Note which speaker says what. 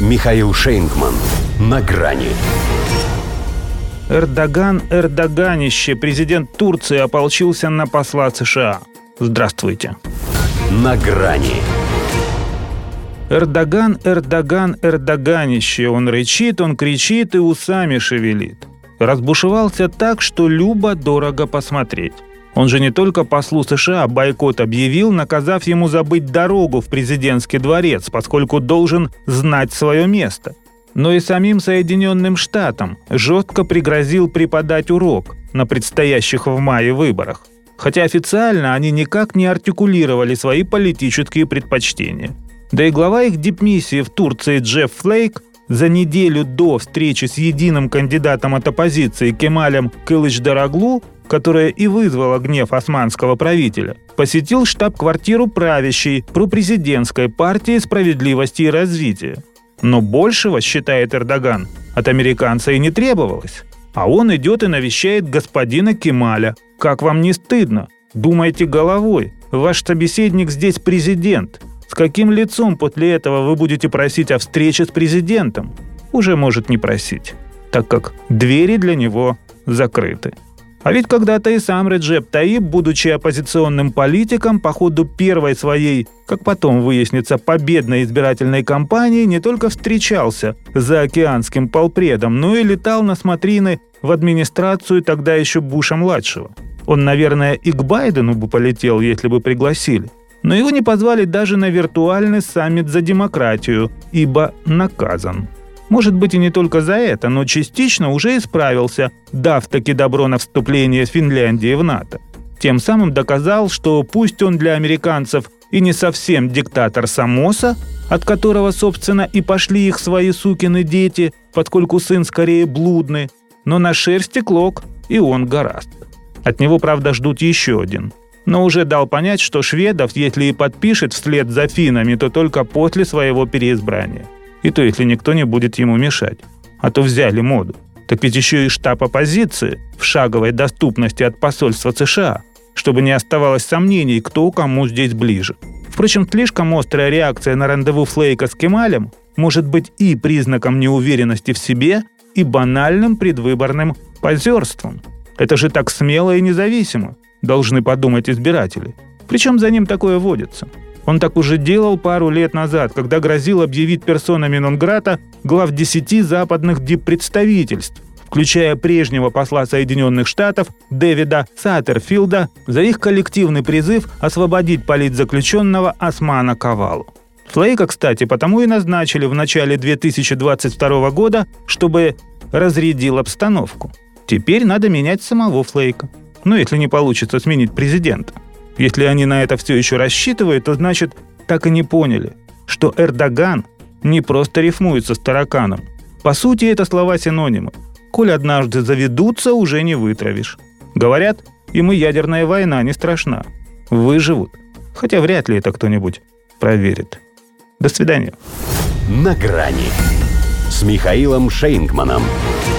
Speaker 1: Михаил Шейнгман. На грани.
Speaker 2: Эрдоган, Эрдоганище. Президент Турции ополчился на посла США. Здравствуйте.
Speaker 1: На грани.
Speaker 2: Эрдоган, Эрдоган, Эрдоганище. Он рычит, он кричит и усами шевелит. Разбушевался так, что любо-дорого посмотреть. Он же не только послу США бойкот объявил, наказав ему забыть дорогу в президентский дворец, поскольку должен знать свое место. Но и самим Соединенным Штатам жестко пригрозил преподать урок на предстоящих в мае выборах. Хотя официально они никак не артикулировали свои политические предпочтения. Да и глава их дипмиссии в Турции Джефф Флейк за неделю до встречи с единым кандидатом от оппозиции Кемалем Кылычдароглу, которая и вызвала гнев османского правителя, посетил штаб-квартиру правящей пропрезидентской партии «Справедливости и развития». Но большего, считает Эрдоган, от американца и не требовалось. А он идет и навещает господина Кемаля. Как вам не стыдно? Думайте головой. Ваш собеседник здесь президент. С каким лицом после этого вы будете просить о встрече с президентом? Уже может не просить, так как двери для него закрыты. А ведь когда-то и сам Реджеп Таип, будучи оппозиционным политиком, по ходу первой своей, как потом выяснится, победной избирательной кампании не только встречался с заокеанским полпредом, но и летал на смотрины в администрацию тогда еще Буша-младшего. Он, наверное, и к Байдену бы полетел, если бы пригласили. Но его не позвали даже на виртуальный саммит за демократию, ибо наказан. Может быть, и не только за это, но частично уже исправился, дав таки добро на вступление Финляндии в НАТО. Тем самым доказал, что пусть он для американцев и не совсем диктатор Самоса, от которого, собственно, и пошли их свои сукины дети, поскольку сын скорее блудный, но на шерсти клок и он гораст. От него, правда, ждут еще один. Но уже дал понять, что шведов, если и подпишет вслед за финнами, то только после своего переизбрания. И то, если никто не будет ему мешать. А то взяли моду. Так ведь еще и штаб оппозиции в шаговой доступности от посольства США, чтобы не оставалось сомнений, кто кому здесь ближе. Впрочем, слишком острая реакция на рандеву Флейка с Кемалем может быть и признаком неуверенности в себе, и банальным предвыборным позерством. Это же так смело и независимо, должны подумать избиратели. Причем за ним такое водится. Он так уже делал пару лет назад, когда грозил объявить персонами нон-грата глав 10 западных диппредставительств, включая прежнего посла Соединенных Штатов Дэвида Саттерфилда, за их коллективный призыв освободить политзаключенного Османа Кавалу. Флейка, кстати, потому и назначили в начале 2022 года, чтобы разрядил обстановку. Теперь надо менять самого Флейка. Ну, если не получится сменить президента. Если они на это все еще рассчитывают, то значит, так и не поняли, что Эрдоган не просто рифмуется с тараканом. По сути, это слова-синонимы. Коль однажды заведутся, уже не вытравишь. Говорят, им и ядерная война не страшна. Выживут. Хотя вряд ли это кто-нибудь проверит. До свидания.
Speaker 1: На грани с Михаилом Шейнгманом.